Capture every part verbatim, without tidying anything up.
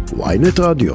וויינט רדיו.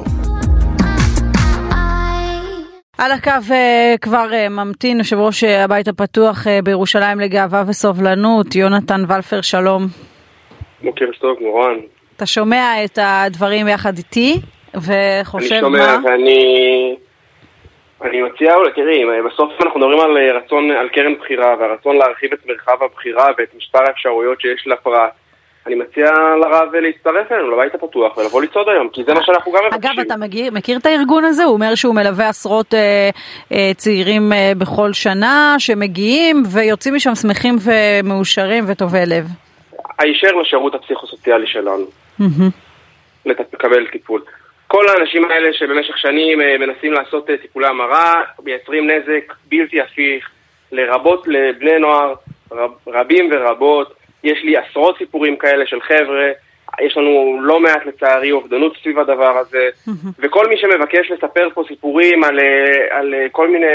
על הקו כבר ממתין יושב ראש הבית הפתוח בירושלים לגאווה וסובלנות, יונתן ולפר, שלום. בוקר טוב, מורן. אתה שומע את הדברים יחד איתי וחושב מה? אני שומע מה? ואני אני מציע, אולי, תראי, בסוף אנחנו מדברים על רצון, על קרן בחירה, והרצון להרחיב את מרחב הבחירה ואת מספר האפשרויות שיש לפרט. אני מציע לרב להצטרף אלינו, לבית הפתוח, ולבוא לצעוד היום, כי זה מה שאנחנו גם מבקשים. אגב, אתה מכיר, מכיר את הארגון הזה? הוא אומר שהוא מלווה עשרות אה, אה, צעירים אה, בכל שנה, שמגיעים ויוצאים משם שמחים ומאושרים וטובי לב. הישר לשירות הפסיכוסוציאלי שלנו. Mm-hmm. לקבל טיפול. כל האנשים האלה שבמשך שנים אה, מנסים לעשות אה, טיפולי המרה, מייצרים נזק בלתי הפיך, לרבות לבני נוער, רב, רבים ורבות, יש לי עשרות סיפורים כאלה של חבר'ה, יש לנו לא מעט לצערי אובדנות סביב הדבר הזה, mm-hmm. וכל מי שמבקש לספר פה סיפורים על, על כל מיני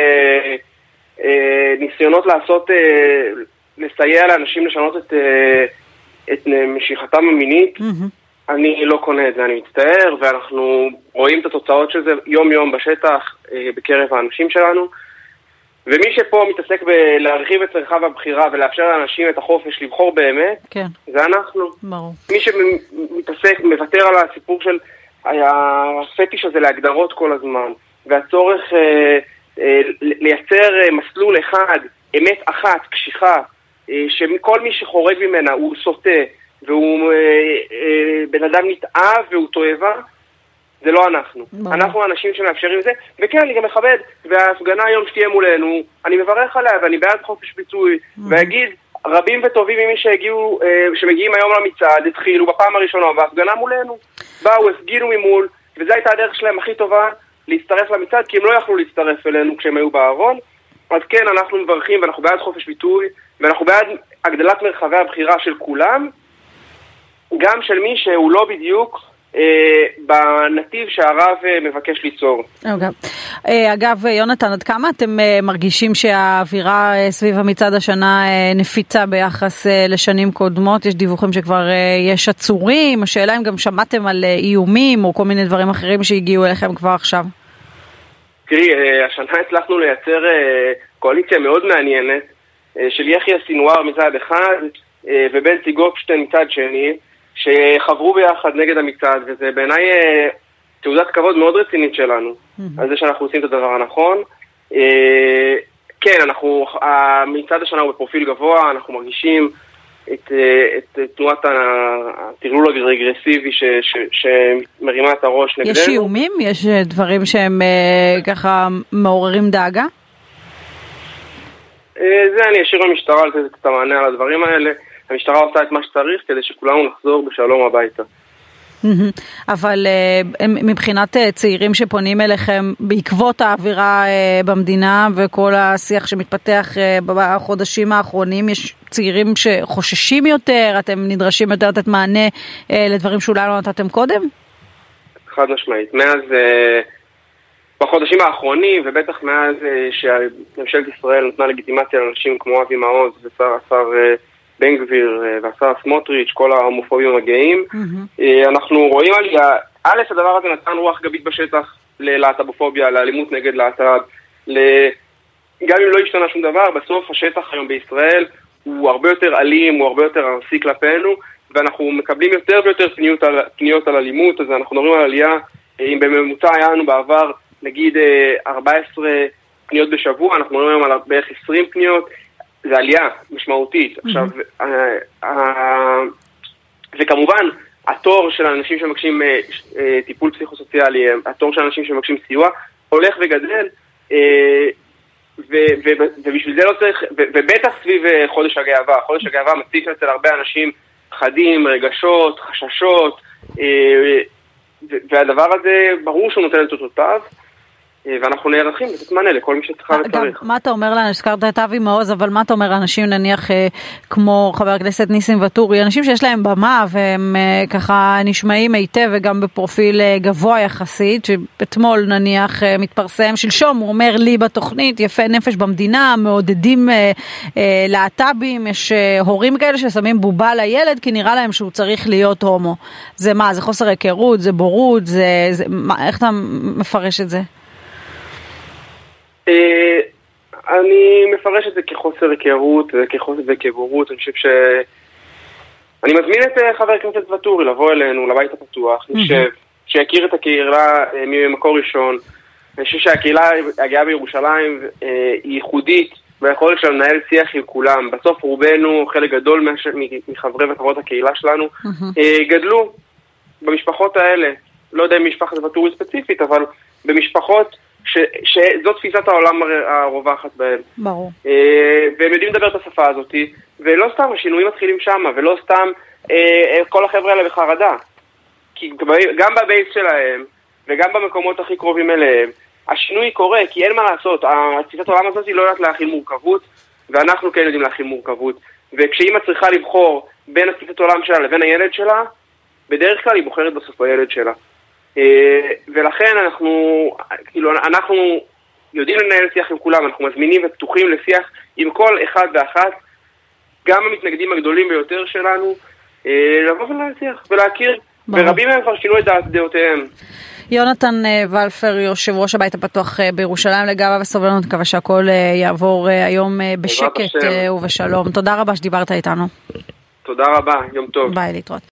אה, ניסיונות לעשות, אה, לסייע לאנשים לשנות את, אה, את משיכתם המינית, mm-hmm. אני לא קונה את זה, אני מצטער, ואנחנו רואים את התוצאות של זה יום יום בשטח, אה, בקרב האנשים שלנו, ומי שפה מתעסק בלהרחיב את מרחב הבחירה ולאפשר לאנשים את החופש לבחור באמת, כן. זה אנחנו. ברור. מי שמתעסק, מוותר על הסיפור של הפטיש הזה להגדרות כל הזמן, והצורך אה, אה, לייצר אה, מסלול אחד, אמת אחת, קשיחה, אה, שכל מי שחורג ממנה הוא סוטה, והוא אה, אה, בן אדם נתאהב והוא תועבה, זה לא אנחנו. ברור. אנחנו האנשים שמאפשרים זה, וכן, אני גם מכבד, וההפגנה היום שתהיה מולנו, אני מברך עליה, ואני בעד חופש ביטוי, ברור. ואגיד, רבים וטובים ממי שהגיעו, שמגיעים היום למצעד, התחילו בפעם הראשונה, וההפגנה מולנו, באו, הפגינו ממול, וזו הייתה הדרך שלהם הכי טובה, להצטרף למצעד, כי הם לא יכלו להצטרף אלינו כשהם היו בארון, אז כן, אנחנו מברכים, ואנחנו בעד חופש ביטוי, ואנחנו בעד הגדלת מרחבי הבחירה של כולם, גם של מי שהוא לא בדיוק, בנתיב שהרב מבקש ליצור. אגב, אגב, יונתן, עד כמה אתם מרגישים שהאווירה סביב המצעד השנה נפיצה ביחס לשנים קודמות? יש דיווחים שכבר יש עצורים, השאלה אם גם שמעתם על איומים או כל מיני דברים אחרים שהגיעו אליכם כבר עכשיו. תראי, השנה הצלחנו לייצר קואליציה מאוד מעניינת של יחיא סינואר מצד אחד ובנצי גופשטיין מצד שני, שחברו ביחד נגד המצעד, וזה בעיניי תעודת כבוד מאוד רצינית שלנו, על זה שאנחנו עושים את הדבר הנכון. כן, אנחנו, המצעד השנה הוא בפרופיל גבוה, אנחנו מרגישים את, את תנועת הטרלול הרגרסיבי שמרימה את הראש נגדנו. יש איומים? יש דברים שהם ככה מעוררים דאגה? זה אני אשאיר למשטרה לתת את המענה על הדברים האלה. המשטרה עושה את מה שצריך כדי שכולנו נחזור בשלום הביתה. אבל מבחינת צעירים שפונים אליכם בעקבות האווירה במדינה וכל השיח שמתפתח בחודשים האחרונים, יש צעירים שחוששים יותר, אתם נדרשים יותר לתת מענה לדברים שאולי לא נתתם קודם? חד משמעית. מאז, בחודשים האחרונים, ובטח מאז שממשלת ישראל נתנה לגיטימציה לאנשים כמו אבי מעוז ושר השר בן גביר והשר סמוטריץ', כל ההומופובים הגאים, mm-hmm. אנחנו רואים על א', הדבר הזה נתן רוח גבית בשטח ללהט"בופוביה, לאלימות נגד להט"ב, גם אם לא השתנה שום דבר, בסוף השטח היום בישראל הוא הרבה יותר אלים, הוא הרבה יותר ארסי כלפינו, ואנחנו מקבלים יותר ויותר פניות על, פניות על אלימות, אז אנחנו מדברים על עלייה, אם בממוצע היה לנו בעבר, נגיד ארבע עשרה פניות בשבוע, אנחנו מדברים על בערך עשרים פניות, זה עלייה משמעותית. Mm-hmm. עכשיו, וכמובן, התור של האנשים שמבקשים טיפול פסיכוסוציאלי, התור של האנשים שמבקשים סיוע, הולך וגדל, ובשביל זה לא צריך, ובטח סביב חודש הגאווה. חודש הגאווה מציף אצל הרבה אנשים חדים, רגשות, חששות, והדבר הזה ברור שהוא נותן את אותותיו, ואנחנו נערכים לתת מענה לכל מי שצריכה וצריך. מה אתה אומר לנו, הזכרת את אבי מעוז, אבל מה אתה אומר לאנשים נניח כמו חבר הכנסת ניסים ואטורי, אנשים שיש להם במה והם ככה נשמעים היטב וגם בפרופיל גבוה יחסית, שאתמול נניח מתפרסם, שלשום הוא אומר לי בתוכנית, יפה נפש במדינה, מעודדים להט"בים, יש הורים כאלה ששמים בובה לילד כי נראה להם שהוא צריך להיות הומו. זה מה? זה חוסר היכרות, זה בורות, זה, זה, מה, איך אתה מפרש את זה? אני מפרש את זה כחוסר היכרות וכחוסר וכבורות. אני חושב ש... אני מזמין את חבר הכנסת ואטורי לבוא אלינו לבית הפתוח, נשב, שיכיר את הקהילה ממקור ראשון. אני חושב שהקהילה הגאה בירושלים היא ייחודית והיכולת שלה לנהל שיח עם כולם. בסוף רובנו, חלק גדול מחברי וחברות הקהילה שלנו, גדלו במשפחות האלה. לא יודע אם משפחת ואטורי ספציפית, אבל במשפחות ש, שזאת תפיסת העולם הרווחת בהם. ברור. והם יודעים לדבר את השפה הזאת, ולא סתם השינויים מתחילים שם, ולא סתם כל החבר'ה האלה בחרדה. כי גם בבייס שלהם, וגם במקומות הכי קרובים אליהם, השינוי קורה, כי אין מה לעשות. תפיסת העולם הזאת היא לא יודעת להכיל מורכבות, ואנחנו כן יודעים להכיל מורכבות. וכשאמא צריכה לבחור בין תפיסת העולם שלה לבין הילד שלה, בדרך כלל היא בוחרת בסוף הילד שלה. ולכן אנחנו, כאילו, אנחנו יודעים לנהל שיח עם כולם, אנחנו מזמינים ופתוחים לשיח עם כל אחד ואחת, גם המתנגדים הגדולים ביותר שלנו, לבוא ולנהל שיח ולהכיר, ורבים מהם כבר שינו את דעותיהם. יונתן ולפר, יושב ראש הבית הפתוח בירושלים לגאווה וסובלנות, מקווה שהכל יעבור היום בשקט ובשלום. תודה רבה שדיברת איתנו. תודה רבה, יום טוב. ביי, להתראות.